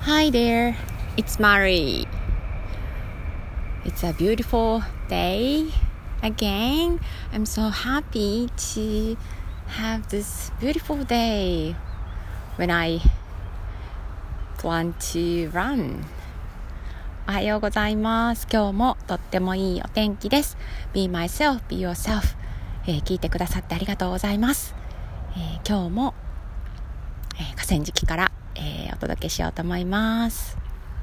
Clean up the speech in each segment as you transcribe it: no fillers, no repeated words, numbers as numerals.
Hi there, it's Mari. It's a beautiful day again. I'm so happy to have this beautiful day when I plan to run. おはようございます。今日もとってもいいお天気です。Be myself, be yourself、聞いてくださってありがとうございます。今日も、河川敷からお届けしようと思います。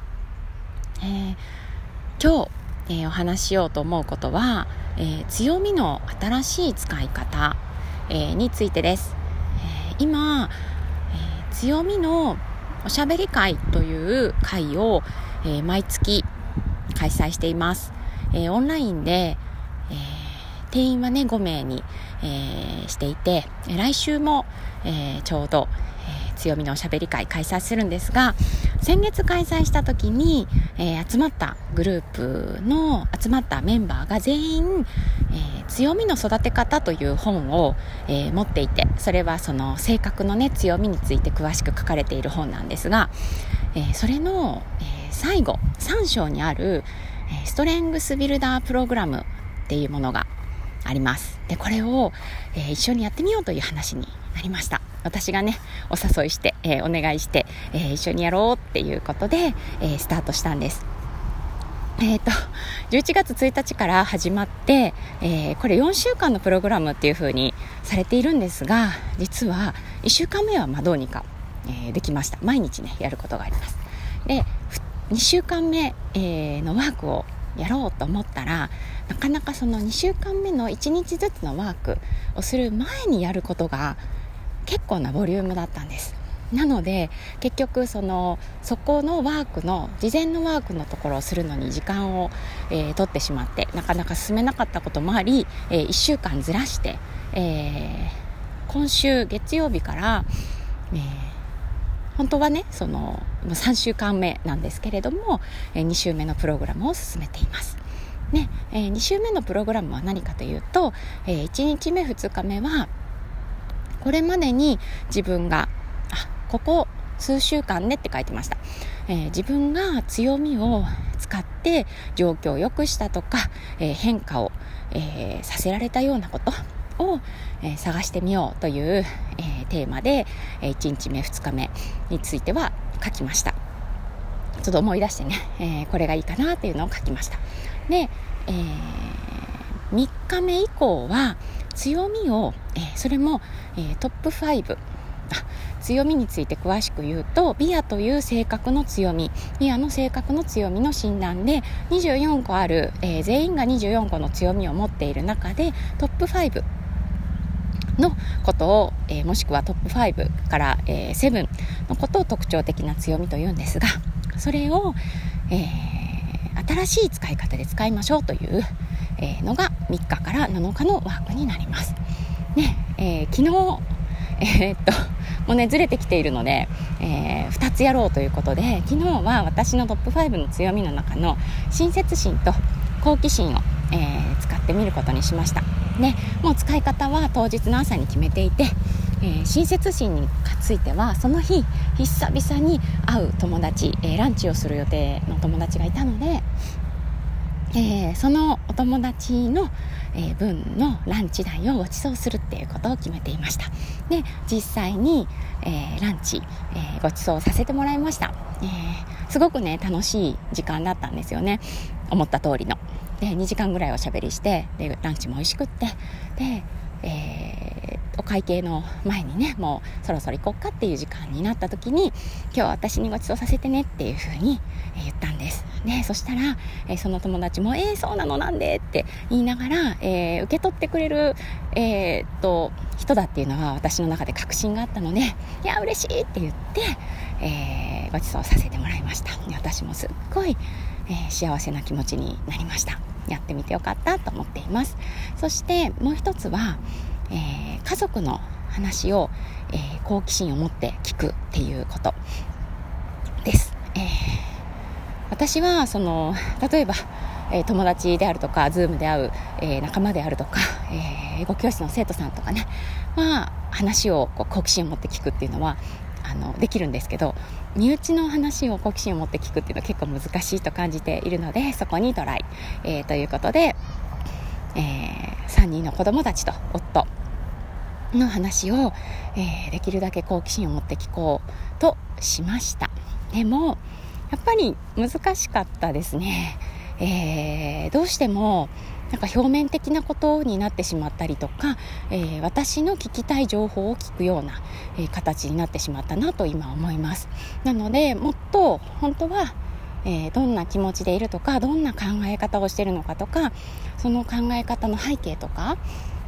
今日、お話ししようと思うことは、強みの新しい使い方、についてです。今、強みのおしゃべり会という会を、毎月開催しています。オンラインで、定員はね5名に、していて、来週も、ちょうど強みのおしゃべり会開催するんですが、先月開催した時に、集まったグループの集まったメンバーが全員、強みの育て方という本を、持っていて、それはその性格のね強みについて詳しく書かれている本なんですが、それの、最後3章にある、ストレングスビルダープログラムっていうものがあります。でこれを、一緒にやってみようという話になりました。私がねお誘いして、お願いして、一緒にやろうっていうことで、スタートしたんです。11月1日から始まって、これ4週間のプログラムっていう風にされているんですが、実は1週間目はどうにか、できました。毎日ねやることがあります。で2週間目、のワークをやろうと思ったら、なかなかその2週間目の1日ずつのワークをする前にやることが結構なボリュームだったんです。なので結局そこのワークの事前のワークのところをするのに時間を、取ってしまって、なかなか進めなかったこともあり、1週間ずらして、今週月曜日から、本当はね3週間目なんですけれども、2週目のプログラムを進めていますね。2週目のプログラムは何かというと、1日目2日目はこれまでに自分がここ数週間ねって書いてました。自分が強みを使って状況を良くしたとか、変化を、させられたようなことを、探してみようという、テーマで、1日目2日目については書きました。ちょっと思い出してね、これがいいかなというのを書きました。で、3日目以降は強みを、それも、トップ5、強みについて詳しく言うと、ビアという性格の強み、ビアの性格の強みの診断で24個ある、全員が24個の強みを持っている中でトップ5のことを、もしくはトップ5から、7のことを特徴的な強みというんですが、それを、新しい使い方で使いましょうという、のが3日から7日のワークになりますね。昨日もうねずれてきているので、2つやろうということで、昨日は私のトップ5の強みの中の親切心と好奇心を、使ってみることにしました。ね、もう使い方は当日の朝に決めていて、親切心についてはその日久々に会う友達、ランチをする予定の友達がいたので、そのお友達の、分のランチ代をご馳走するっていうことを決めていました。で実際に、ランチ、ご馳走させてもらいました。すごくね楽しい時間だったんですよね。思った通りので2時間ぐらいおしゃべりして、でランチも美味しくって、で、お会計の前にねもうそろそろ行こうかっていう時間になった時に、今日は私にご馳走させてねっていう風に言ったんです。でそしたら、その友達もそうなのなんでって言いながら、受け取ってくれる、人だっていうのは私の中で確信があったので、いや嬉しいって言って、ご馳走させてもらいました。で私もすっごい、幸せな気持ちになりました。やってみてよかったと思っています。そしてもう一つは、家族の話を、好奇心を持って聞くっていうことです。私は例えば、友達であるとか Zoom で会う、仲間であるとか、英語教室の生徒さんとかね、話を好奇心を持って聞くっていうのはできるんですけど、身内の話を好奇心を持って聞くっていうのは結構難しいと感じているので、そこにトライ、ということで、3人の子供たちと夫の話を、できるだけ好奇心を持って聞こうとしました。でもやっぱり難しかったですね。どうしてもなんか表面的なことになってしまったりとか、私の聞きたい情報を聞くような、形になってしまったなと今思います。なのでもっと本当は、どんな気持ちでいるとか、どんな考え方をしているのかとか、その考え方の背景とか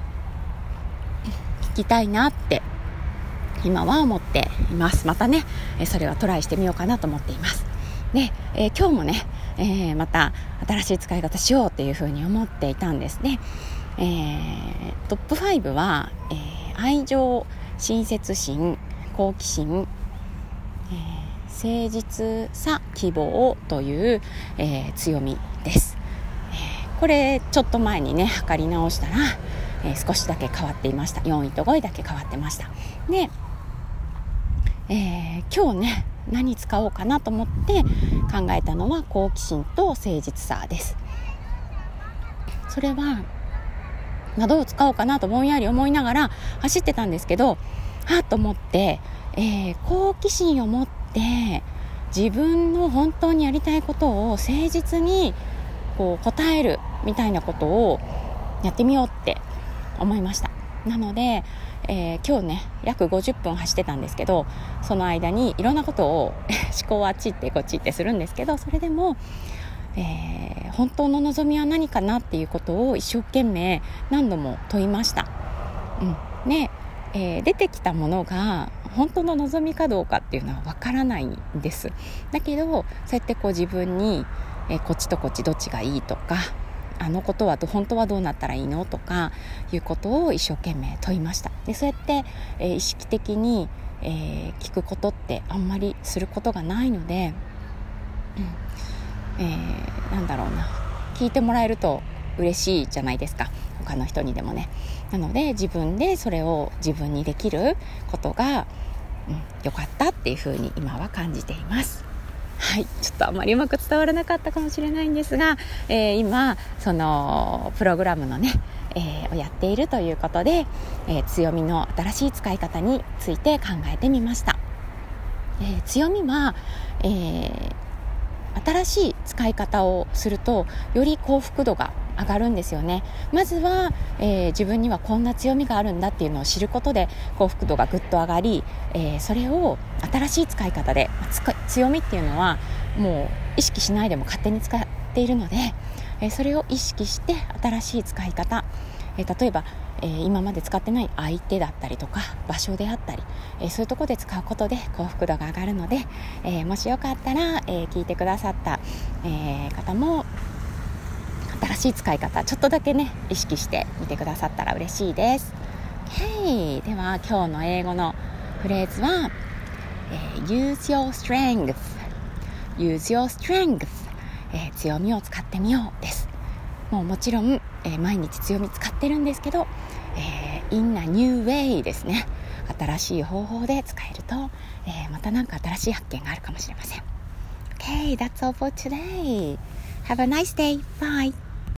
聞きたいなって今は思っています。またね、それはトライしてみようかなと思っています。で、今日もね、また新しい使い方しようっていうふうに思っていたんですね。トップ5は、愛情、親切心、好奇心、誠実さ、希望という、強みです。これちょっと前にね測り直したら、少しだけ変わっていました。4位と5位だけ変わってました。で、今日ね何使おうかなと思って考えたのは好奇心と誠実さです。それは、どう使おうかなとぼんやり思いながら走ってたんですけど、と思って、好奇心を持って自分の本当にやりたいことを誠実に答えるみたいなことをやってみようって思いました。なので、今日ね約50分走ってたんですけど、その間にいろんなことを思考はあっち行ってこっち行ってするんですけど、それでも、本当の望みは何かなっていうことを一生懸命何度も問いました。で、出てきたものが本当の望みかどうかっていうのはわからないんです。だけどそうやって自分に、こっちとこっちどっちがいいとか、あのことは本当はどうなったらいいのとかいうことを一生懸命問いました。で、そうやって、意識的に、聞くことってあんまりすることがないので、なんだろうな、聞いてもらえると嬉しいじゃないですか、他の人にでもね。なので自分でそれを自分にできることが、良かったっていうふうに今は感じています。はい、ちょっとあまりうまく伝わらなかったかもしれないんですが、今そのプログラムのね、をやっているということで、強みの新しい使い方について考えてみました。強みは、新しい使い方をするとより幸福度が上がるんですよね。まずは、自分にはこんな強みがあるんだっていうのを知ることで幸福度がぐっと上がり、それを新しい使い方で、強みっていうのはもう意識しないでも勝手に使っているので、それを意識して新しい使い方、例えば、今まで使ってない相手だったりとか場所であったり、そういうところで使うことで幸福度が上がるので、もしよかったら、聞いてくださった、方も新しい使い方ちょっとだけね意識してみてくださったら嬉しいです。Okay、では今日の英語のフレーズは、use your strength use your strength、強みを使ってみようです。もちろん、毎日強み使ってるんですけど、in a new way ですね。新しい方法で使えると、またなんか新しい発見があるかもしれません。Okay, that's all for today. Have a nice day. Bye.